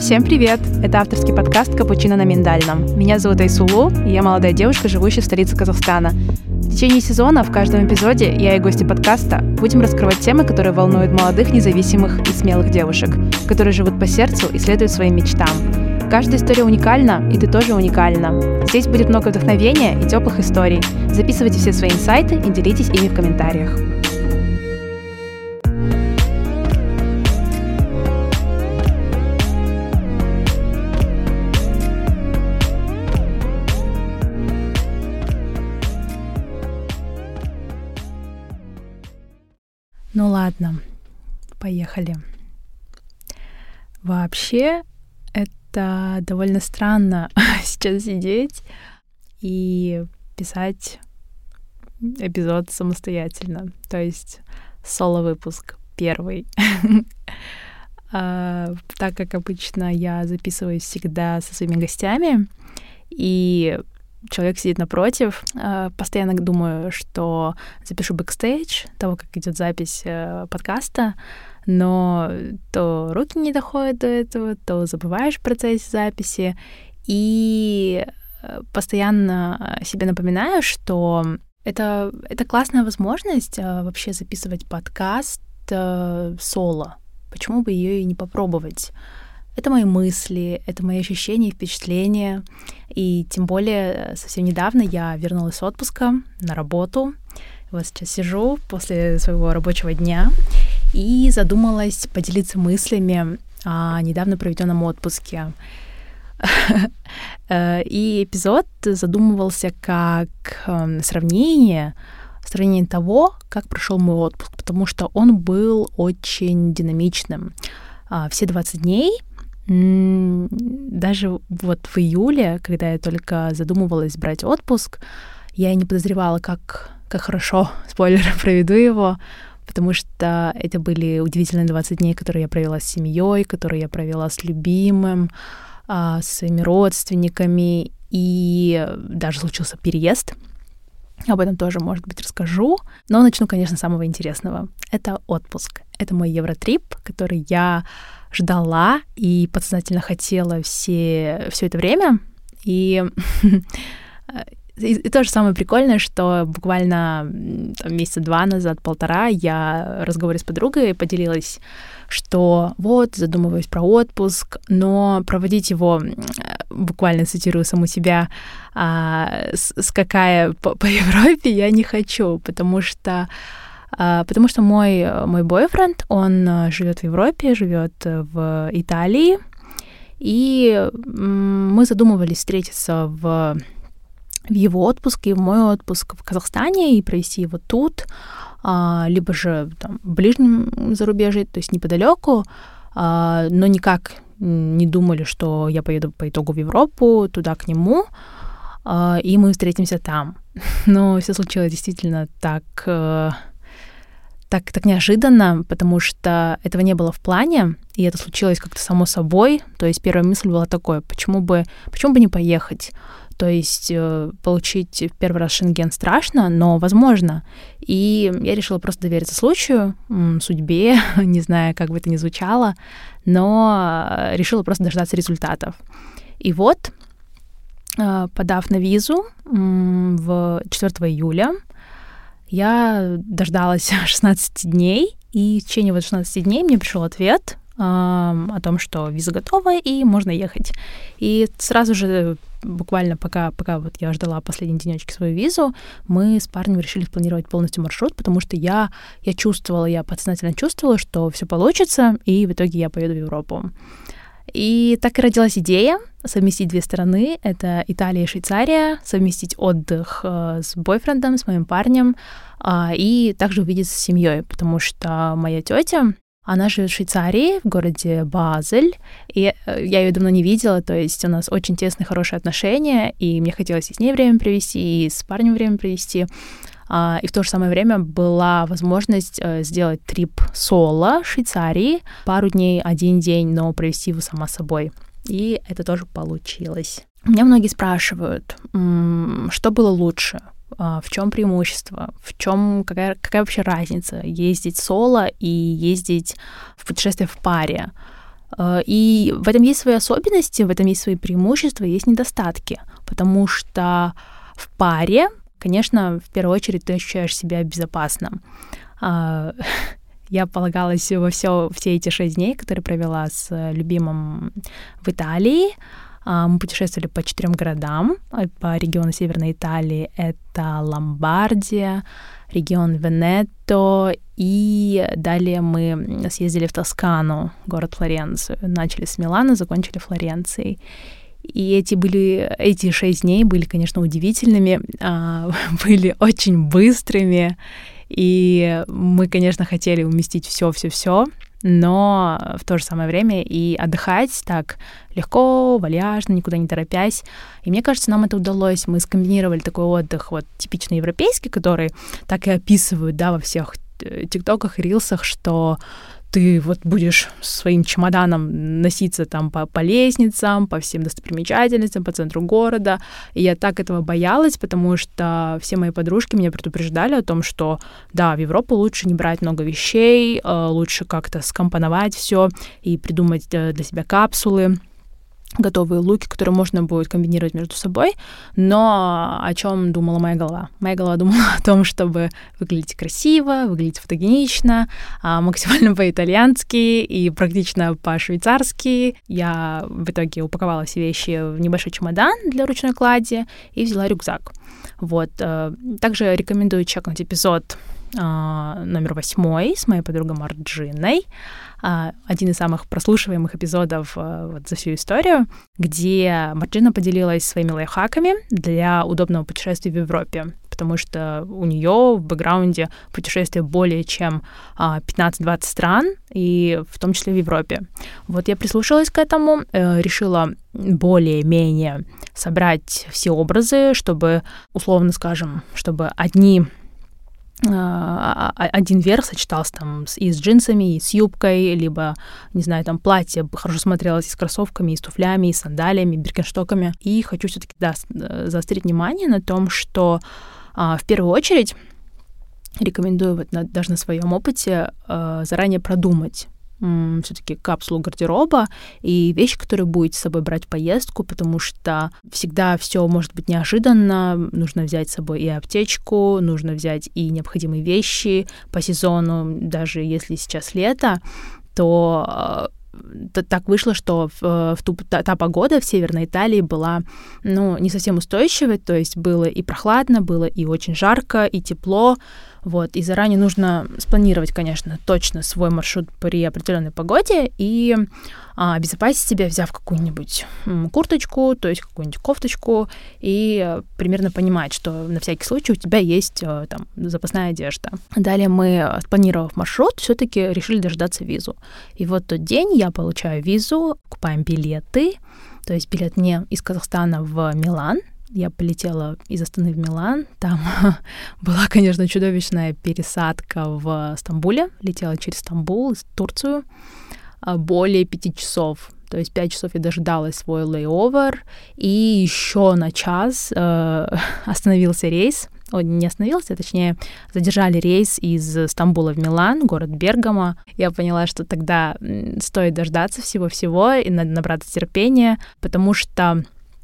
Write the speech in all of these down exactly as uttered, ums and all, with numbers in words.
Всем привет! Это авторский подкаст «Капучино на миндальном». Меня зовут Айсулу, и я молодая девушка, живущая в столице Казахстана. В течение сезона в каждом эпизоде я и гости подкаста будем раскрывать темы, которые волнуют молодых, независимых и смелых девушек, которые живут по сердцу и следуют своим мечтам. Каждая история уникальна, и ты тоже уникальна. Здесь будет много вдохновения и теплых историй. Записывайте все свои инсайты и делитесь ими в комментариях. Ну ладно, поехали. Вообще, это довольно странно сейчас сидеть и писать эпизод самостоятельно. То есть соло-выпуск первый. Так как обычно я записываюсь всегда со своими гостями, и человек сидит напротив. Постоянно думаю, что запишу бэкстейдж того, как идет запись подкаста, но то руки не доходят до этого, то забываешь в процессе записи. И постоянно себе напоминаю, что это, это классная возможность вообще записывать подкаст соло. Почему бы ее и не попробовать? Это мои мысли, это мои ощущения и впечатления. И тем более совсем недавно я вернулась с отпуска на работу. Вот сейчас сижу после своего рабочего дня и задумалась поделиться мыслями о недавно проведенном отпуске. И эпизод задумывался как сравнение, сравнение того, как прошел мой отпуск, потому что он был очень динамичным. Все двадцать дней. Даже вот в июле, когда я только задумывалась брать отпуск, я и не подозревала, как, как хорошо, спойлер, проведу его, потому что это были удивительные двадцать дней, которые я провела с семьей, которые я провела с любимым, со своими родственниками, и даже случился переезд. Об этом тоже, может быть, расскажу. Но начну, конечно, с самого интересного. Это отпуск. Это мой евротрип, который я ждала и подсознательно хотела все, все это время. И, и, и то же самое прикольное, что буквально там, месяца два назад, полтора, я в разговоре с подругой поделилась, что вот, задумываюсь про отпуск, но проводить его, буквально цитирую саму себя, а, скакая по, по Европе, я не хочу, потому что Потому что мой, мой бойфренд, он живет в Европе, живет в Италии, и мы задумывались встретиться в, в его отпуск и в мой отпуск в Казахстане и провести его тут, либо же там, в ближнем зарубежье, то есть неподалеку, но никак не думали, что я поеду по итогу в Европу, туда к нему, и мы встретимся там. Но все случилось действительно так... Так, так неожиданно, потому что этого не было в плане, и это случилось как-то само собой. То есть первая мысль была такой, почему бы, почему бы не поехать? То есть э, получить в первый раз Шенген страшно, но возможно. И я решила просто довериться случаю, м, судьбе, не знаю, как бы это ни звучало, но решила просто дождаться результатов. И вот, э, подав на визу м, в четвёртого июля, я дождалась шестнадцати дней, и в течение вот шестнадцати дней мне пришел ответ э, о том, что виза готова, и можно ехать. И сразу же, буквально пока, пока вот я ждала последние денечки свою визу, мы с парнем решили спланировать полностью маршрут, потому что я, я чувствовала, я подсознательно чувствовала, что все получится, и в итоге я поеду в Европу. И так и родилась идея совместить две страны, это Италия и Швейцария, совместить отдых э, с бойфрендом, с моим парнем, э, и также увидеться с семьей, потому что моя тетя, она живет в Швейцарии, в городе Базель, и я ее давно не видела, то есть у нас очень тесные, хорошие отношения, и мне хотелось и с ней время провести, и с парнем время провести. И в то же самое время была возможность сделать трип соло в Швейцарии, пару дней, один день, но провести его сама собой. И это тоже получилось. Меня многие спрашивают, что было лучше, в чем преимущество, в чем какая, какая вообще разница ездить соло и ездить в путешествие в паре. И в этом есть свои особенности, в этом есть свои преимущества, есть недостатки, потому что в паре, конечно, в первую очередь ты ощущаешь себя безопасно. Я полагалась во все, все эти шесть дней, которые провела с любимым в Италии. Мы путешествовали по четырем городам, по региону Северной Италии. Это Ломбардия, регион Венето, и далее мы съездили в Тоскану, город Флоренцию. Начали с Милана, закончили Флоренцией. И эти, были, эти шесть дней были, конечно, удивительными, были очень быстрыми, и мы, конечно, хотели уместить все-все-все, но в то же самое время и отдыхать так легко, вальяжно, никуда не торопясь. И мне кажется, нам это удалось. Мы скомбинировали такой отдых вот типично европейский, который так и описывают, да, во всех тиктоках и рилсах, что ты вот будешь своим чемоданом носиться там по, по лестницам, по всем достопримечательностям, по центру города. И я так этого боялась, потому что все мои подружки меня предупреждали о том, что да, в Европу лучше не брать много вещей, лучше как-то скомпоновать все и придумать для себя капсулы, готовые луки, которые можно будет комбинировать между собой. Но о чем думала моя голова? Моя голова думала о том, чтобы выглядеть красиво, выглядеть фотогенично, максимально по-итальянски и практично по-швейцарски. Я в итоге упаковала все вещи в небольшой чемодан для ручной клади и взяла рюкзак. Вот. Также рекомендую чекнуть эпизод номер восьмой с моей подругой Марджиной. Один из самых прослушиваемых эпизодов вот, за всю историю, где Марджина поделилась своими лайфхаками для удобного путешествия в Европе, потому что у нее в бэкграунде путешествия более чем пятнадцать-двадцать стран, и в том числе в Европе. Вот я прислушалась к этому, решила более-менее собрать все образы, чтобы, условно скажем, чтобы одни один верх сочетался там и с джинсами, и с юбкой, либо, не знаю, там платье хорошо смотрелось и с кроссовками, и с туфлями, и с сандалиями, и биркенштоками. И хочу все-таки, да, заострить внимание на том, что в первую очередь рекомендую вот на, даже на своем опыте заранее продумать все-таки капсулу гардероба и вещи, которые будете с собой брать в поездку, потому что всегда все может быть неожиданно. Нужно взять с собой и аптечку, нужно взять и необходимые вещи по сезону. Даже если сейчас лето, то так вышло, что в, в ту, та, та погода в Северной Италии была, ну, не совсем устойчивой, то есть было и прохладно, было и очень жарко, и тепло, вот, и заранее нужно спланировать, конечно, точно свой маршрут при определенной погоде и а, обезопасить себя, взяв какую-нибудь м, курточку, то есть какую-нибудь кофточку, и примерно понимать, что на всякий случай у тебя есть а, там запасная одежда. Далее мы, спланировав маршрут, все-таки решили дождаться визу. И вот тот день я получаю визу, покупаем билеты, то есть билет мне из Казахстана в Милан. Я полетела из Астаны в Милан. Там была, конечно, чудовищная пересадка в Стамбуле. Летела через Стамбул, Турцию. Более пяти часов. То есть пять часов я дождалась свой лейовер. И еще на час э, остановился рейс. О, не остановился, точнее, задержали рейс из Стамбула в Милан, город Бергамо. Я поняла, что тогда стоит дождаться всего-всего и надо набраться терпения, потому что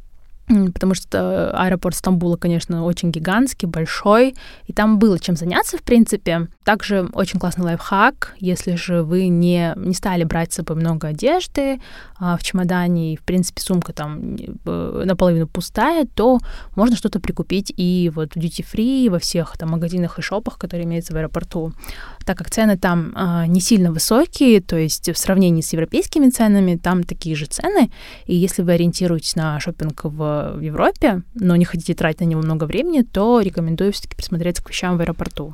потому что аэропорт Стамбула, конечно, очень гигантский, большой, и там было чем заняться, в принципе. Также очень классный лайфхак, если же вы не, не стали брать с собой много одежды а, в чемодане, и, в принципе, сумка там наполовину пустая, то можно что-то прикупить и вот в duty-free, во всех там магазинах и шопах, которые имеются в аэропорту. Так как цены там а, не сильно высокие, то есть в сравнении с европейскими ценами, там такие же цены, и если вы ориентируетесь на шопинг в в Европе, но не хотите тратить на него много времени, то рекомендую все-таки присмотреться к вещам в аэропорту.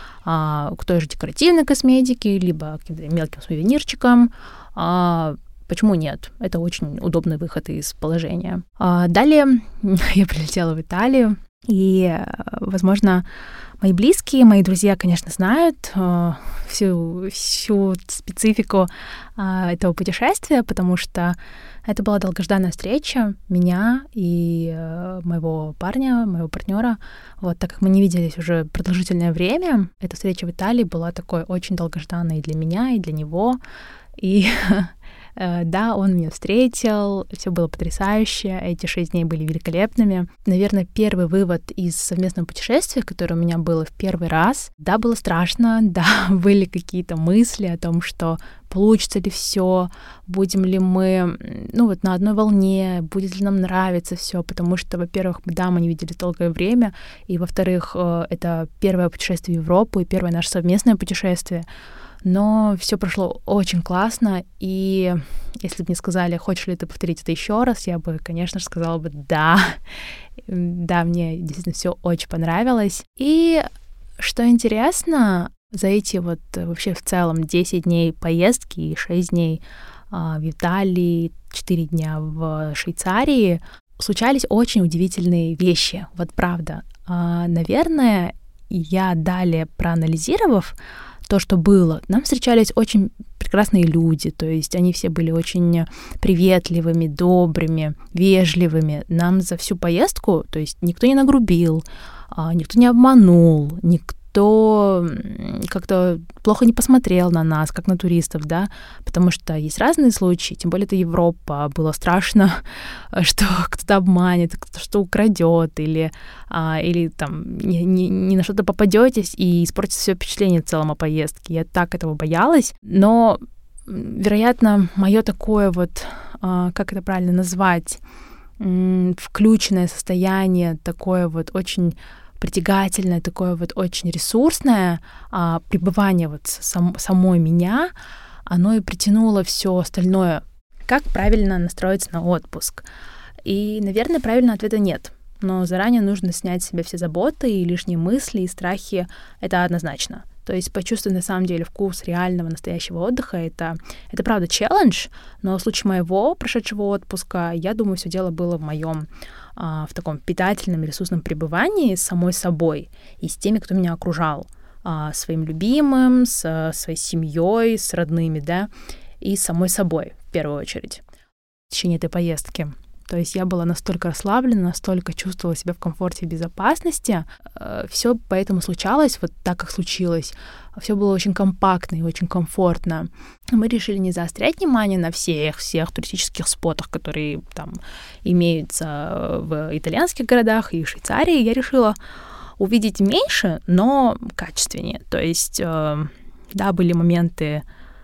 А, к той же декоративной косметике, либо к мелким сувенирчикам. А, почему нет? Это очень удобный выход из положения. А, далее я прилетела в Италию, и, возможно, мои близкие, мои друзья, конечно, знают э, всю, всю специфику э, этого путешествия, потому что это была долгожданная встреча меня и э, моего парня, моего партнера. Вот, так как мы не виделись уже продолжительное время, эта встреча в Италии была такой очень долгожданной и для меня, и для него. И Да, он меня встретил, все было потрясающе, эти шесть дней были великолепными. Наверное, первый вывод из совместного путешествия, которое у меня было в первый раз, да, было страшно, да, были какие-то мысли о том, что получится ли все, будем ли мы, ну вот на одной волне, будет ли нам нравиться все, потому что, во-первых, да, мы не видели долгое время, и, во-вторых, это первое путешествие в Европу и первое наше совместное путешествие. Но все прошло очень классно, и если бы мне сказали, хочешь ли ты повторить это еще раз, я бы, конечно же, сказала бы да. Да, мне действительно все очень понравилось. И что интересно, за эти вот вообще в целом десять дней поездки и шесть дней а, в Италии, четыре дня в Швейцарии случались очень удивительные вещи, вот правда. А, наверное, я далее проанализировав то, что было, нам встречались очень прекрасные люди, то есть они все были очень приветливыми, добрыми, вежливыми. Нам за всю поездку, то есть никто не нагрубил, никто не обманул, никто как-то плохо не посмотрел на нас, как на туристов, да, потому что есть разные случаи, тем более это Европа, было страшно, что кто-то обманет, кто-то что украдет, или, а, или там не, не, не на что-то попадетесь и испортится все впечатление в целом о поездке. Я так этого боялась, но, вероятно, мое такое вот, а, как это правильно назвать, м- включенное состояние, такое вот очень притягательное, такое вот очень ресурсное а, пребывание вот сам, самой меня, оно и притянуло все остальное. Как правильно настроиться на отпуск? И, наверное, правильного ответа нет. Но заранее нужно снять с себя все заботы и лишние мысли, и страхи. Это однозначно. То есть почувствовать на самом деле вкус реального, настоящего отдыха, это, это правда челлендж, но в случае моего прошедшего отпуска, я думаю, все дело было в моем в таком питательном ресурсном пребывании с самой собой и с теми, кто меня окружал, своим любимым, с своей семьей, с родными, да, и с самой собой в первую очередь в течение этой поездки. То есть я была настолько расслаблена, настолько чувствовала себя в комфорте и безопасности. Все поэтому случалось вот так, как случилось. Все было очень компактно и очень комфортно. Мы решили не заострять внимание на всех, всех туристических спотах, которые там имеются в итальянских городах и в Швейцарии. Я решила увидеть меньше, но качественнее. То есть, да, были моменты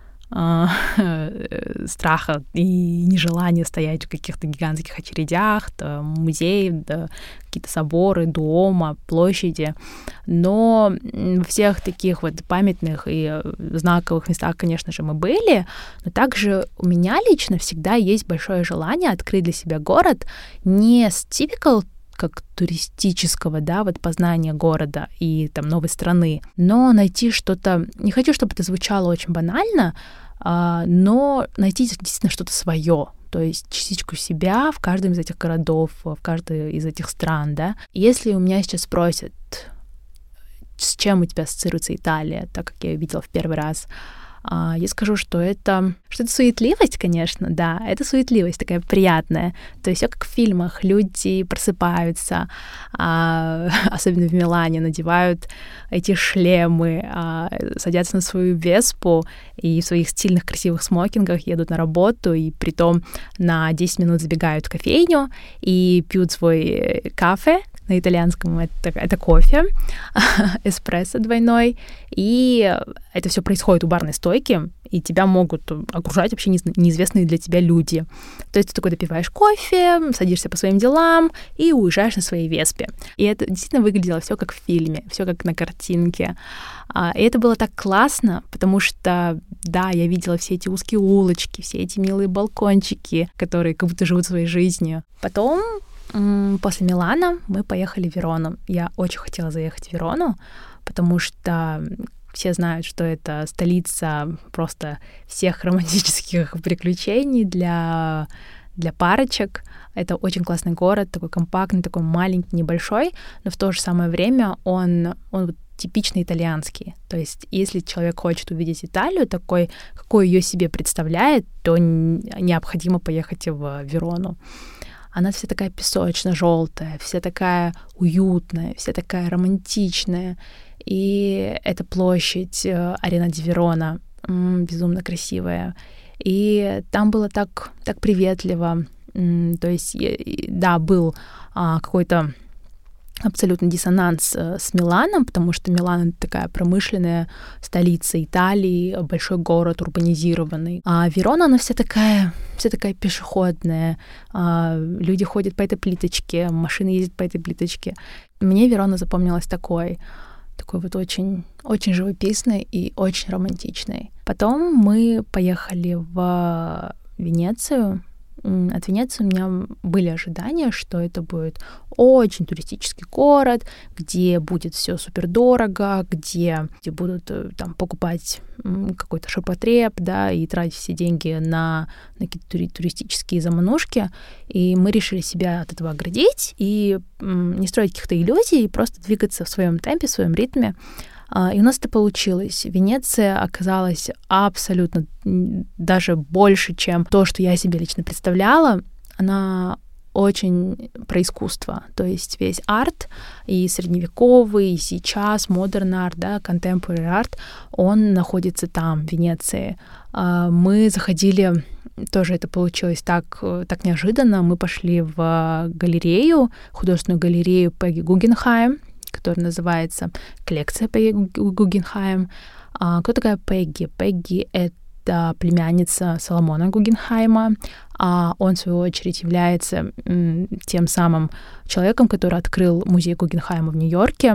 страха и нежелания стоять в каких-то гигантских очередях, музеи, да, какие-то соборы, дома, площади. Но во всех таких вот памятных и знаковых местах, конечно же, мы были, но также у меня лично всегда есть большое желание открыть для себя город не с typical как туристического, да, вот познания города и там новой страны, но найти что-то, не хочу, чтобы это звучало очень банально, а, но найти действительно что-то свое, то есть частичку себя в каждом из этих городов, в каждой из этих стран, да. Если у меня сейчас спросят, с чем у тебя ассоциируется Италия, так как я ее видела в первый раз, я скажу, что это, что это суетливость, конечно, да, это суетливость такая приятная. То есть все как в фильмах, люди просыпаются, а, особенно в Милане, надевают эти шлемы, а, садятся на свою веспу и в своих стильных красивых смокингах едут на работу, и притом на десять минут забегают в кофейню и пьют свой кафе. На итальянском это, это кофе, эспрессо двойной, и это все происходит у барной стойки, и тебя могут окружать вообще неизвестные для тебя люди. То есть ты такой допиваешь кофе, садишься по своим делам и уезжаешь на своей веспе. И это действительно выглядело все как в фильме, все как на картинке. И это было так классно, потому что, да, я видела все эти узкие улочки, все эти милые балкончики, которые как будто живут своей жизнью. Потом после Милана мы поехали в Верону. Я очень хотела заехать в Верону, потому что все знают, что это столица просто всех романтических приключений для, для парочек. Это очень классный город, такой компактный, такой маленький, небольшой, но в то же самое время он, он типично итальянский. То есть если человек хочет увидеть Италию такой, какой ее себе представляет, то необходимо поехать в Верону. Она вся такая песочно-желтая, вся такая уютная, вся такая романтичная. И эта площадь Арена ди Верона м, безумно красивая. И там было так, так приветливо. То есть, да, был какой-то абсолютно диссонанс с Миланом, потому что Милан — это такая промышленная столица Италии, большой город, урбанизированный. А Верона, она вся такая, вся такая пешеходная. Люди ходят по этой плиточке, машины ездят по этой плиточке. Мне Верона запомнилась такой, такой вот очень, очень живописной и очень романтичной. Потом мы поехали в Венецию. От Венеции у меня были ожидания, что это будет очень туристический город, где будет все супер дорого, где, где будут там покупать какой-то ширпотреб, да, и тратить все деньги на, на какие-то тури- туристические заманушки. И мы решили себя от этого оградить и не строить каких-то иллюзий, и просто двигаться в своем темпе, в своем ритме. И у нас это получилось. Венеция оказалась абсолютно даже больше, чем то, что я себе лично представляла. Она очень про искусство. То есть весь арт, и средневековый, и сейчас, модерн арт, да, contemporary арт, он находится там, в Венеции. Мы заходили, тоже это получилось так, так неожиданно, мы пошли в галерею, художественную галерею Пегги Гугенхайм, которая называется «Коллекция Пегги Гугенхайм». А, кто такая Пегги? Пегги — это племянница Соломона Гугенхайма, а он, в свою очередь, является м, тем самым человеком, который открыл музей Гугенхайма в Нью-Йорке.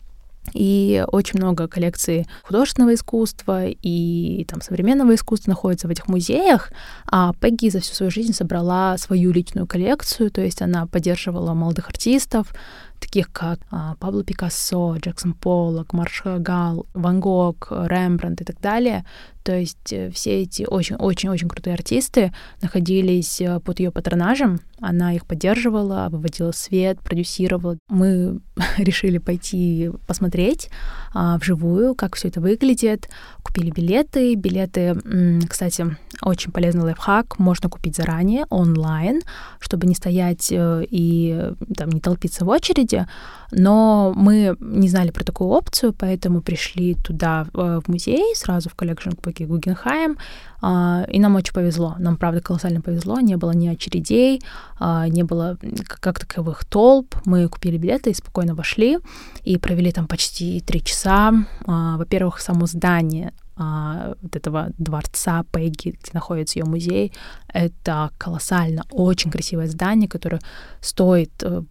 И очень много коллекций художественного искусства и там, современного искусства находится в этих музеях. А Пегги за всю свою жизнь собрала свою личную коллекцию, то есть она поддерживала молодых артистов, таких как а, Пабло Пикассо, Джексон Поллок, Марш Хагал, Ван Гог, Рембрандт и так далее. То есть все эти очень-очень-очень крутые артисты находились под ее патронажем. Она их поддерживала, выводила в свет, продюсировала. Мы решили пойти посмотреть а, вживую, как все это выглядит. Купили билеты. Билеты, кстати, очень полезный лайфхак. Можно купить заранее, онлайн, чтобы не стоять и там, не толпиться в очереди. Но мы не знали про такую опцию, поэтому пришли туда, в музей, сразу в коллекшн Пегги Гугенхайм, и нам очень повезло. Нам, правда, колоссально повезло. Не было ни очередей, не было как таковых толп. Мы купили билеты и спокойно вошли, и провели там почти три часа. Во-первых, само здание вот этого дворца Пегги, где находится ее музей, это колоссально, очень красивое здание, которое стоит,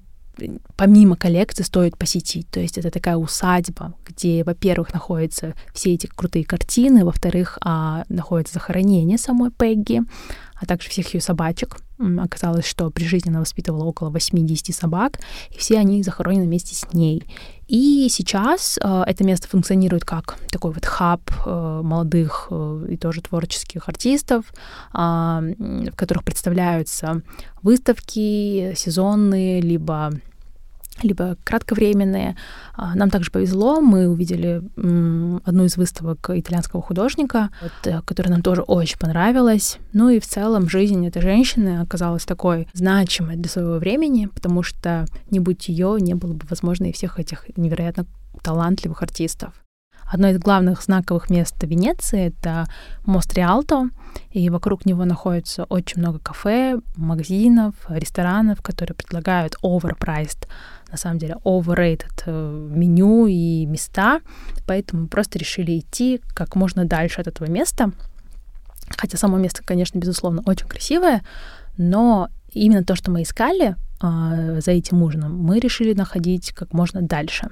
помимо коллекции, стоит посетить. То есть это такая усадьба, где, во-первых, находятся все эти крутые картины, во-вторых, находится захоронение самой Пегги, а также всех ее собачек. Оказалось, что при жизни она воспитывала около восемьдесят собак, и все они захоронены вместе с ней. И сейчас э, это место функционирует как такой вот хаб э, молодых э, и тоже творческих артистов, э, в которых представляются выставки сезонные, либо либо кратковременные. Нам также повезло, мы увидели одну из выставок итальянского художника, вот, которая нам тоже очень понравилась. Ну и в целом жизнь этой женщины оказалась такой значимой для своего времени, потому что не будь ее, не было бы возможно и всех этих невероятно талантливых артистов. Одно из главных знаковых мест Венеции — это мост Риалто, и вокруг него находится очень много кафе, магазинов, ресторанов, которые предлагают overpriced, на самом деле overrated меню и места, поэтому мы просто решили идти как можно дальше от этого места. Хотя само место, конечно, безусловно, очень красивое, но именно то, что мы искали э, за этим ужином, мы решили находить как можно дальше.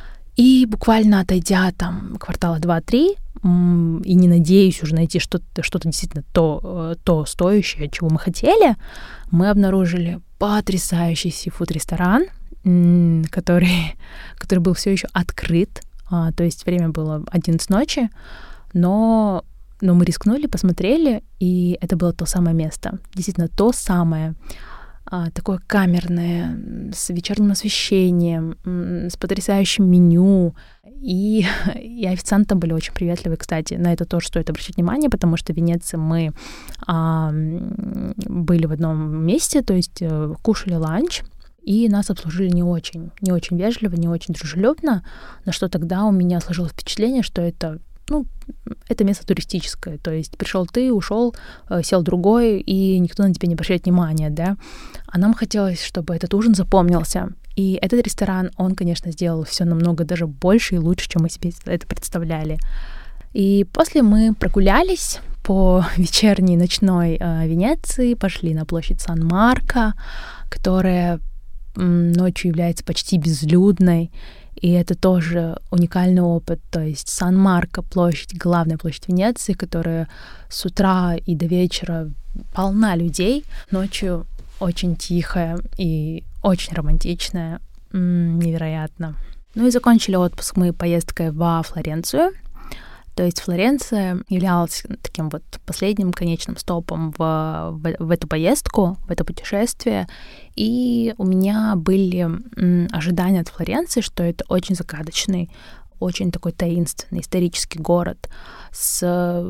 И буквально отойдя там квартала два-три, и не надеюсь уже найти что-то, что-то действительно то, то стоящее, чего мы хотели, мы обнаружили потрясающий сифуд-ресторан, который, который был все еще открыт, то есть время было одиннадцать ночи, но, но мы рискнули, посмотрели, и это было то самое место, действительно то самое, такое камерное, с вечерним освещением, с потрясающим меню. И, и официанты были очень приветливы, кстати. На это тоже стоит обращать внимание, потому что в Венеции мы а, были в одном месте, то есть кушали ланч, и нас обслужили не очень, не очень вежливо, не очень дружелюбно, на что тогда у меня сложилось впечатление, что это ну, это место туристическое, то есть пришел ты, ушел, сел другой, и никто на тебя не обращает внимания, да. А нам хотелось, чтобы этот ужин запомнился. И этот ресторан, он, конечно, сделал все намного даже больше и лучше, чем мы себе это представляли. И после мы прогулялись по вечерней ночной э, Венеции, пошли на площадь Сан-Марко, которая м, ночью является почти безлюдной. И это тоже уникальный опыт. То есть Сан-Марко, площадь, главная площадь Венеции, которая с утра и до вечера полна людей. Ночью очень тихая и очень романтичная. М-м, невероятно. Ну и закончили отпуск мы поездкой во Флоренцию. То есть Флоренция являлась таким вот последним конечным стопом в, в, в эту поездку, в это путешествие. И у меня были м, ожидания от Флоренции, что это очень загадочный, очень такой таинственный исторический город с,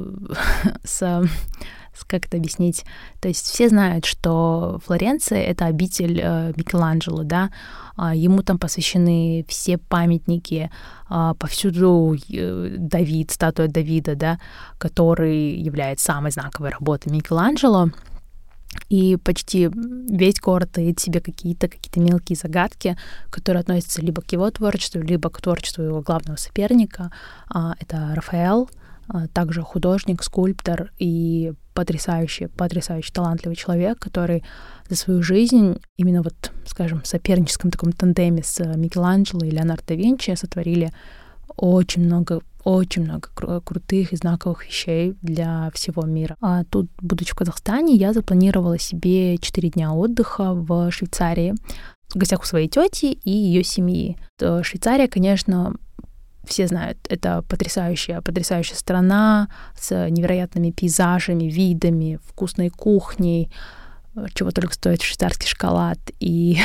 с, с как это объяснить? То есть все знают, что Флоренция — это обитель э, Микеланджело, да, ему там посвящены все памятники, повсюду Давид, статуя Давида, да, который является самой знаковой работой Микеланджело. И почти весь город таит в себе какие-то, какие-то мелкие загадки, которые относятся либо к его творчеству, либо к творчеству его главного соперника. Это Рафаэл, также художник, скульптор и потрясающий, потрясающий талантливый человек, который за свою жизнь именно вот, скажем, в соперническом таком тандеме с Микеланджело и Леонардо да Винчи сотворили очень много, очень много кру- крутых и знаковых вещей для всего мира. А тут, будучи в Казахстане, я запланировала себе четыре дня отдыха в Швейцарии, в гостях у своей тети и ее семьи. То Швейцария, конечно, все знают, это потрясающая, потрясающая страна с невероятными пейзажами, видами, вкусной кухней, чего только стоит швейцарский шоколад и,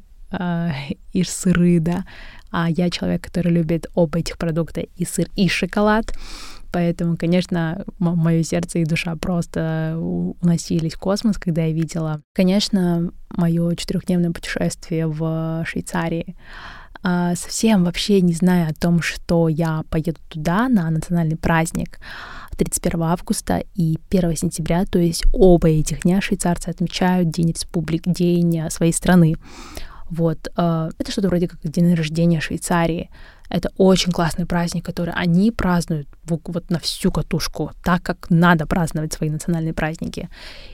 и сыры, да. А я человек, который любит оба этих продукта, и сыр, и шоколад. Поэтому, конечно, мое сердце и душа просто уносились в космос, когда я видела, конечно, мое четырехдневное путешествие в Швейцарии. Совсем вообще не зная о том, что я поеду туда на национальный праздник тридцать первого августа и первого сентября, то есть оба этих дня швейцарцы отмечают День республики, День своей страны. Вот. Это что-то вроде как день рождения Швейцарии. Это очень классный праздник, который они празднуют вот на всю катушку, так как надо праздновать свои национальные праздники.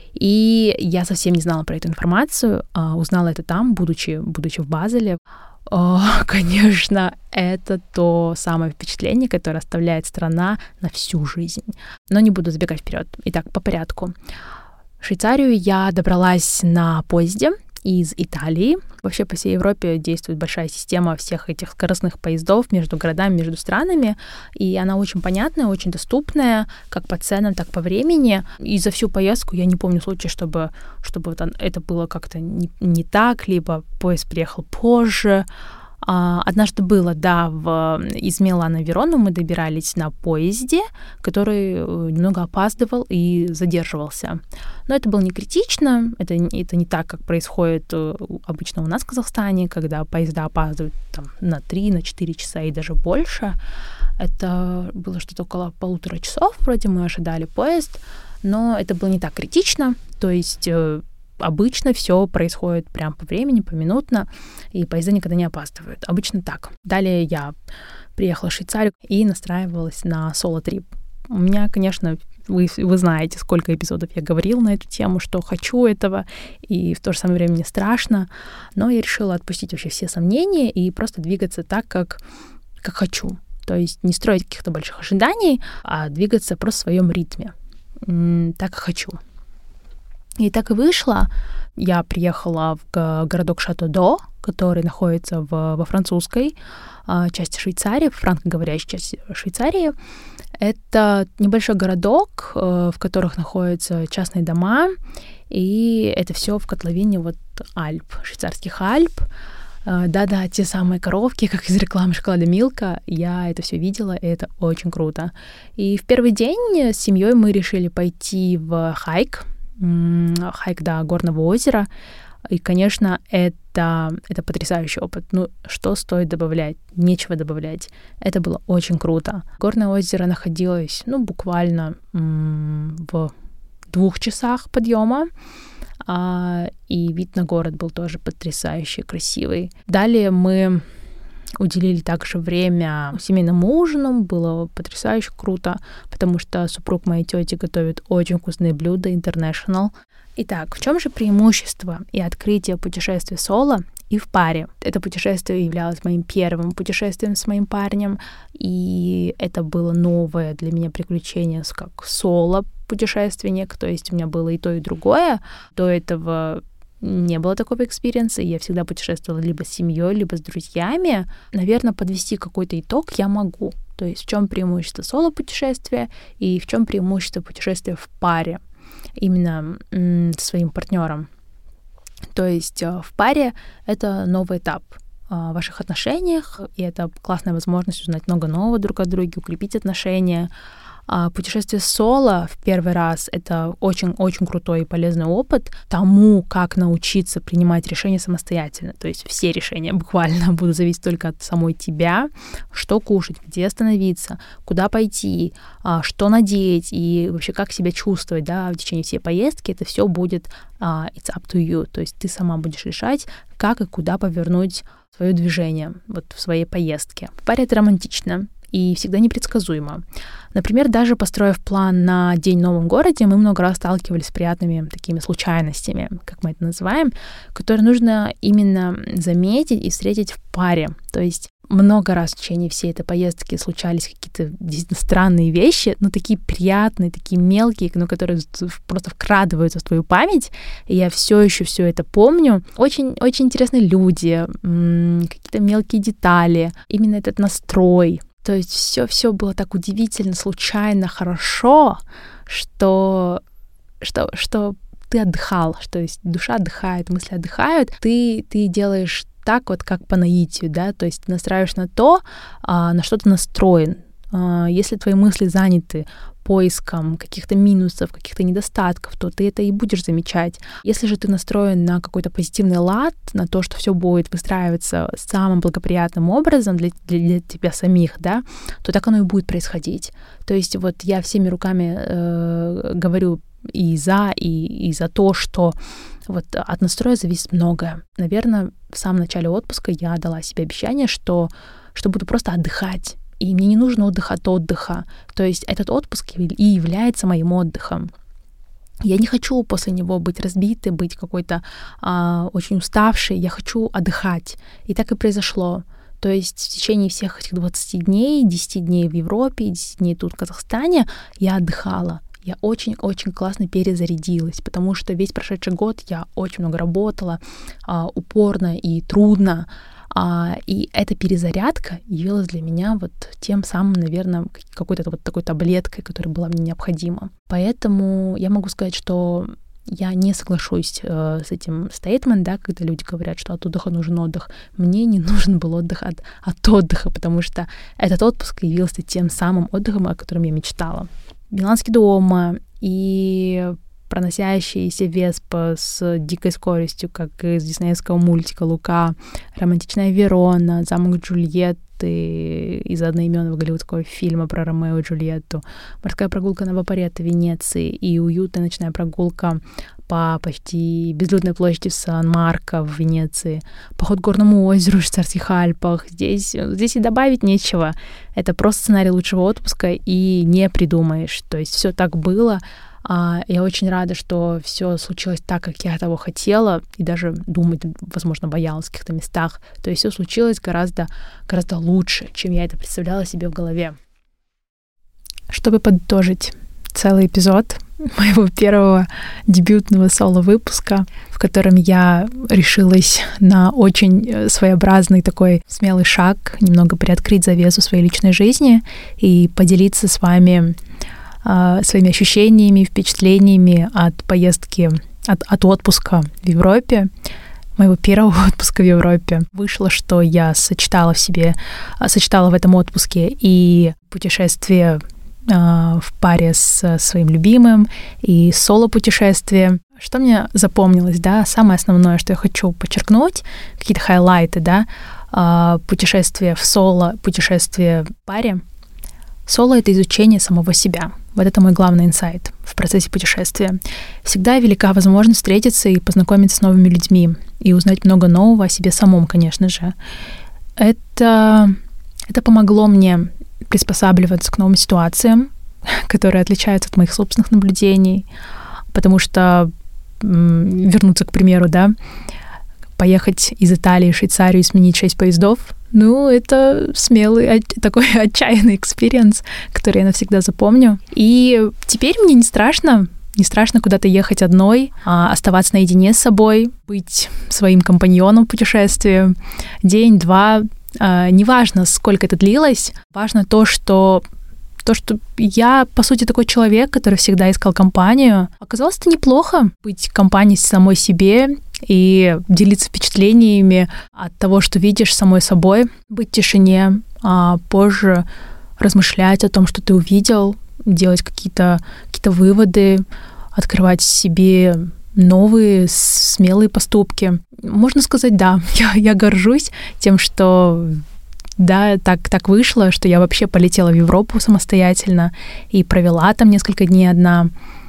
И я совсем не знала про эту информацию, узнала это там, будучи, будучи в Базеле. О, конечно, это то самое впечатление, которое оставляет страна на всю жизнь. Но не буду забегать вперед. Итак, по порядку. В Швейцарию я добралась на поезде из Италии. Вообще по всей Европе действует большая система всех этих скоростных поездов между городами, между странами, и она очень понятная, очень доступная, как по ценам, так по времени. И за всю поездку я не помню случая, чтобы, чтобы это было как-то не, не так, либо поезд приехал позже. Однажды было, да, в, из Милана в Верону мы добирались на поезде, который немного опаздывал и задерживался. Но это было не критично, это, это не так, как происходит обычно у нас в Казахстане, когда поезда опаздывают там, на три, на четыре часа и даже больше. Это было что-то около полутора часов, вроде мы ожидали поезд, но это было не так критично, то есть... Обычно все происходит прям по времени, поминутно, и поезда никогда не опаздывают. Обычно так. Далее я приехала в Швейцарию и настраивалась на соло-трип. У меня, конечно, вы, вы знаете, сколько эпизодов я говорила на эту тему, что хочу этого, и в то же самое время мне страшно, но я решила отпустить вообще все сомнения и просто двигаться так, как, как хочу. То есть не строить каких-то больших ожиданий, а двигаться просто в своем ритме, так, как хочу. И так и вышло. Я приехала в городок Шато-До, который находится в, во французской а, части Швейцарии, в франкоговорящей части Швейцарии. Это небольшой городок, а, в которых находятся частные дома, и это все в котловине вот Альп, швейцарских Альп. А, да-да, те самые коровки, как из рекламы шоколада Милка. Я это все видела, и это очень круто. И в первый день с семьей мы решили пойти в хайк, хайк до горного озера. И, конечно, это, это потрясающий опыт. Ну, что стоит добавлять? Нечего добавлять. Это было очень круто. Горное озеро находилось, ну, буквально м- в двух часах подъема. А, и вид на город был тоже потрясающий, красивый. Далее мы уделили также время семейному ужину. Было потрясающе круто, потому что супруг моей тети готовит очень вкусные блюда, international. Итак, в чем же преимущество и открытие путешествия соло и в паре? Это путешествие являлось моим первым путешествием с моим парнем, и это было новое для меня приключение как соло-путешественник, то есть у меня было и то, и другое. До этого не было такого экспириенса, я всегда путешествовала либо с семьей, либо с друзьями. Наверное, подвести какой-то итог я могу. То есть в чем преимущество соло-путешествия и в чем преимущество путешествия в паре, именно м, со своим партнером. То есть в паре это новый этап в ваших отношениях, и это классная возможность узнать много нового друг о друге, укрепить отношения. А путешествие соло в первый раз — это очень-очень крутой и полезный опыт тому, как научиться принимать решения самостоятельно. То есть все решения буквально будут зависеть только от самой тебя, что кушать, где остановиться, куда пойти, что надеть и вообще как себя чувствовать, да, в течение всей поездки. Это все будет uh, it's up to you, то есть ты сама будешь решать, как и куда повернуть свое движение вот в своей поездке. В паре это романтично и всегда непредсказуемо. Например, даже построив план на день в новом городе, мы много раз сталкивались с приятными такими случайностями, как мы это называем, которые нужно именно заметить и встретить в паре. То есть много раз в течение всей этой поездки случались какие-то действительно странные вещи, но такие приятные, такие мелкие, но которые просто вкрадываются в твою память, и я все еще все это помню. Очень, очень интересные люди, какие-то мелкие детали, именно этот настрой. То есть все-все было так удивительно, случайно, хорошо, что, что, что ты отдыхал, что есть душа отдыхает, мысли отдыхают, ты, ты делаешь так вот, как по наитию, да, то есть ты настраиваешь на то, на что ты настроен. Если твои мысли заняты поиском каких-то минусов, каких-то недостатков, то ты это и будешь замечать. Если же ты настроен на какой-то позитивный лад, на то, что все будет выстраиваться самым благоприятным образом для, для, для тебя самих, да, то так оно и будет происходить. То есть вот я всеми руками э, говорю и за, и, и за то, что вот от настроя зависит многое. Наверное, в самом начале отпуска я дала себе обещание, что, что буду просто отдыхать. И мне не нужен отдых от отдыха. То есть этот отпуск и является моим отдыхом. Я не хочу после него быть разбитой, быть какой-то а, очень уставшей. Я хочу отдыхать. И так и произошло. То есть в течение всех этих двадцати дней, десяти дней в Европе, десяти дней тут в Казахстане я отдыхала. Я очень-очень классно перезарядилась, потому что весь прошедший год я очень много работала, а, упорно и трудно. А, и эта перезарядка явилась для меня вот тем самым, наверное, какой-то вот такой таблеткой, которая была мне необходима. Поэтому я могу сказать, что я не соглашусь э, с этим стейтментом, да, когда люди говорят, что от отдыха нужен отдых. Мне не нужен был отдых от, от отдыха, потому что этот отпуск явился тем самым отдыхом, о котором я мечтала. Миланский дом и проносящаяся Веспа с дикой скоростью, как из диснеевского мультика «Лука», романтичная Верона, замок Джульетты из одноименного голливудского фильма про Ромео и Джульетту, морская прогулка на Вапоретто в Венеции и уютная ночная прогулка по почти безлюдной площади Сан-Марко в Венеции, поход к горному озеру в Швейцарских Альпах. Здесь, здесь и добавить нечего. Это просто сценарий лучшего отпуска, и не придумаешь. То есть все так было. Я очень рада, что все случилось так, как я того хотела, и даже думать, возможно, боялась в каких-то местах. То есть все случилось гораздо, гораздо лучше, чем я это представляла себе в голове. Чтобы подытожить целый эпизод моего первого дебютного соло-выпуска, в котором я решилась на очень своеобразный такой смелый шаг, немного приоткрыть завесу своей личной жизни и поделиться с вами своими ощущениями, впечатлениями от поездки, от, от отпуска в Европе, моего первого отпуска в Европе. Вышло, что я сочетала в себе, сочетала в этом отпуске и путешествие в паре с своим любимым, и соло-путешествие, Что мне запомнилось, да, самое основное, что я хочу подчеркнуть, какие-то хайлайты, да, путешествие в соло, путешествие в паре. Соло — это изучение самого себя. Вот это мой главный инсайт в процессе путешествия. Всегда велика возможность встретиться и познакомиться с новыми людьми, и узнать много нового о себе самом, конечно же. Это, это помогло мне приспосабливаться к новым ситуациям, которые отличаются от моих собственных наблюдений, потому что, вернуться, к примеру, да, поехать из Италии в Швейцарию и сменить шесть поездов, ну, это смелый, такой отчаянный экспириенс, который я навсегда запомню. И теперь мне не страшно, не страшно куда-то ехать одной, а оставаться наедине с собой, быть своим компаньоном в путешествии день-два. Неважно, сколько это длилось, важно то, что То, что я, по сути, такой человек, который всегда искал компанию. Оказалось, это неплохо быть в компании с самой себе и делиться впечатлениями от того, что видишь самой собой, быть в тишине, а позже размышлять о том, что ты увидел, делать какие-то, какие-то выводы, открывать себе новые смелые поступки. Можно сказать, да, я, я горжусь тем, что... Да, так, так вышло, что я вообще полетела в Европу самостоятельно и провела там несколько дней одна.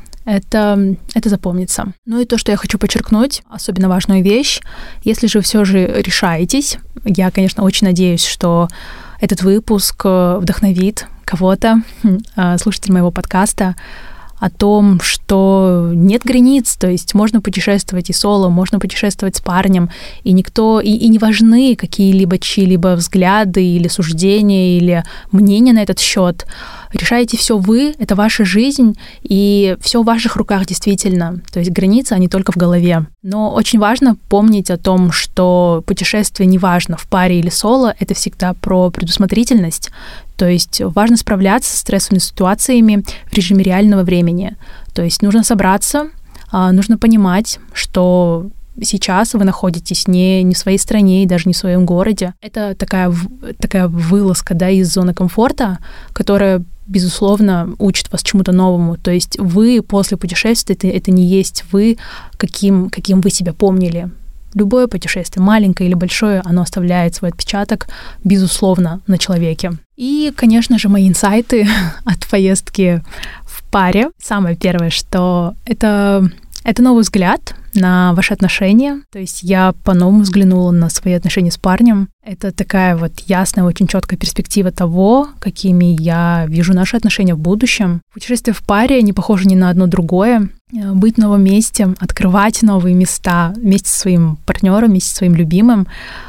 Это, это запомнится. Ну и то, что я хочу подчеркнуть, особенно важную вещь, если же все же решаетесь, я, конечно, очень надеюсь, что этот выпуск вдохновит кого-то, слушателей моего подкаста, о том, что нет границ, то есть можно путешествовать и соло, можно путешествовать с парнем, и никто, и, и не важны какие-либо чьи-либо взгляды или суждения, или мнения на этот счет. Решаете все вы, это ваша жизнь, и все в ваших руках действительно. То есть границы, они только в голове. Но очень важно помнить о том, что путешествие не важно, в паре или соло, это всегда про предусмотрительность. То есть важно справляться с стрессовыми ситуациями в режиме реального времени. То есть нужно собраться, нужно понимать, что сейчас вы находитесь не, не в своей стране и даже не в своем городе. Это такая, такая вылазка, да, из зоны комфорта, которая, безусловно, учит вас чему-то новому. То есть вы после путешествия, это, это не есть вы, каким, каким вы себя помнили. Любое путешествие, маленькое или большое, оно оставляет свой отпечаток, безусловно, на человеке. И, конечно же, мои инсайты от поездки в паре. Самое первое, что это, это новый взгляд на ваши отношения. То есть я по-новому взглянула на свои отношения с парнем. Это такая вот ясная, очень четкая перспектива того, какими я вижу наши отношения в будущем. Путешествие в паре не похоже ни на одно другое. Быть в новом месте, открывать новые места вместе со своим партнером, вместе со своим любимым,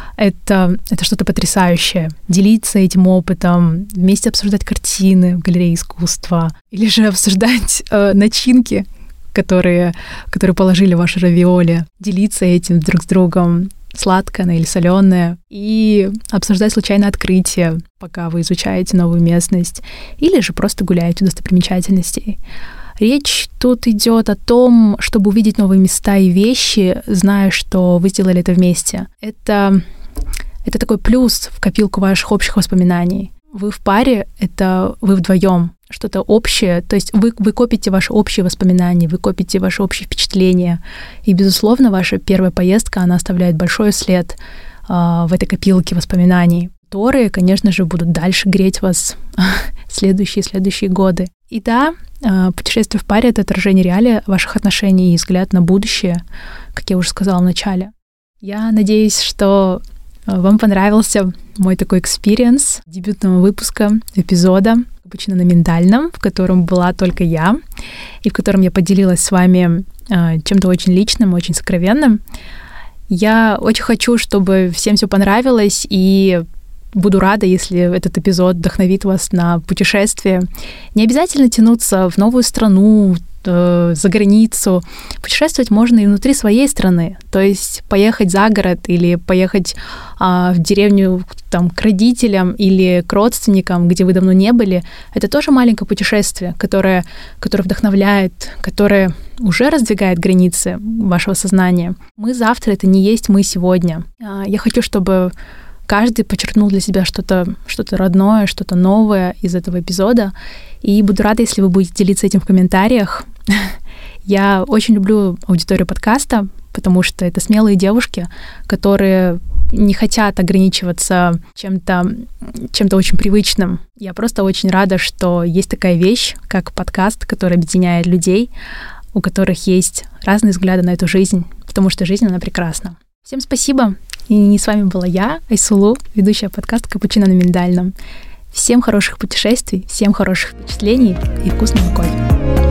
это, это что-то потрясающее. Делиться этим опытом, вместе обсуждать картины в галерее искусства, или же обсуждать э, начинки, которые, которые положили в ваши равиоли, делиться этим друг с другом, сладкое или соленое, и обсуждать случайное открытие, пока вы изучаете новую местность, или же просто гуляете у достопримечательностей. Речь тут идет о том, чтобы увидеть новые места и вещи, зная, что вы сделали это вместе. Это, это такой плюс в копилку ваших общих воспоминаний. Вы в паре — это вы вдвоем, что-то общее. То есть вы, вы копите ваши общие воспоминания, вы копите ваши общие впечатления. И, безусловно, ваша первая поездка, она оставляет большой след э, в этой копилке воспоминаний, которые, конечно же, будут дальше греть вас следующие-следующие годы. И да, путешествие в паре — это отражение реалий ваших отношений и взгляд на будущее, как я уже сказала в начале. Я надеюсь, что вам понравился мой такой экспириенс дебютного выпуска, эпизода, обычно на миндальном, в котором была только я, и в котором я поделилась с вами чем-то очень личным, очень сокровенным. Я очень хочу, чтобы всем все понравилось, и буду рада, если этот эпизод вдохновит вас на путешествие. Не обязательно тянуться в новую страну, э, за границу. Путешествовать можно и внутри своей страны. То есть поехать за город или поехать э, в деревню там, к родителям или к родственникам, где вы давно не были. Это тоже маленькое путешествие, которое, которое вдохновляет, которое уже раздвигает границы вашего сознания. Мы завтра — это не есть мы сегодня. Э, я хочу, чтобы каждый подчеркнул для себя что-то, что-то родное, что-то новое из этого эпизода. И буду рада, если вы будете делиться этим в комментариях. Я очень люблю аудиторию подкаста, потому что это смелые девушки, которые не хотят ограничиваться чем-то, чем-то очень привычным. Я просто очень рада, что есть такая вещь, как подкаст, который объединяет людей, у которых есть разные взгляды на эту жизнь, потому что жизнь, она прекрасна. Всем спасибо. И с вами была я, Айсулу, ведущая подкаста «Капучино на миндальном». Всем хороших путешествий, всем хороших впечатлений и вкусного кофе.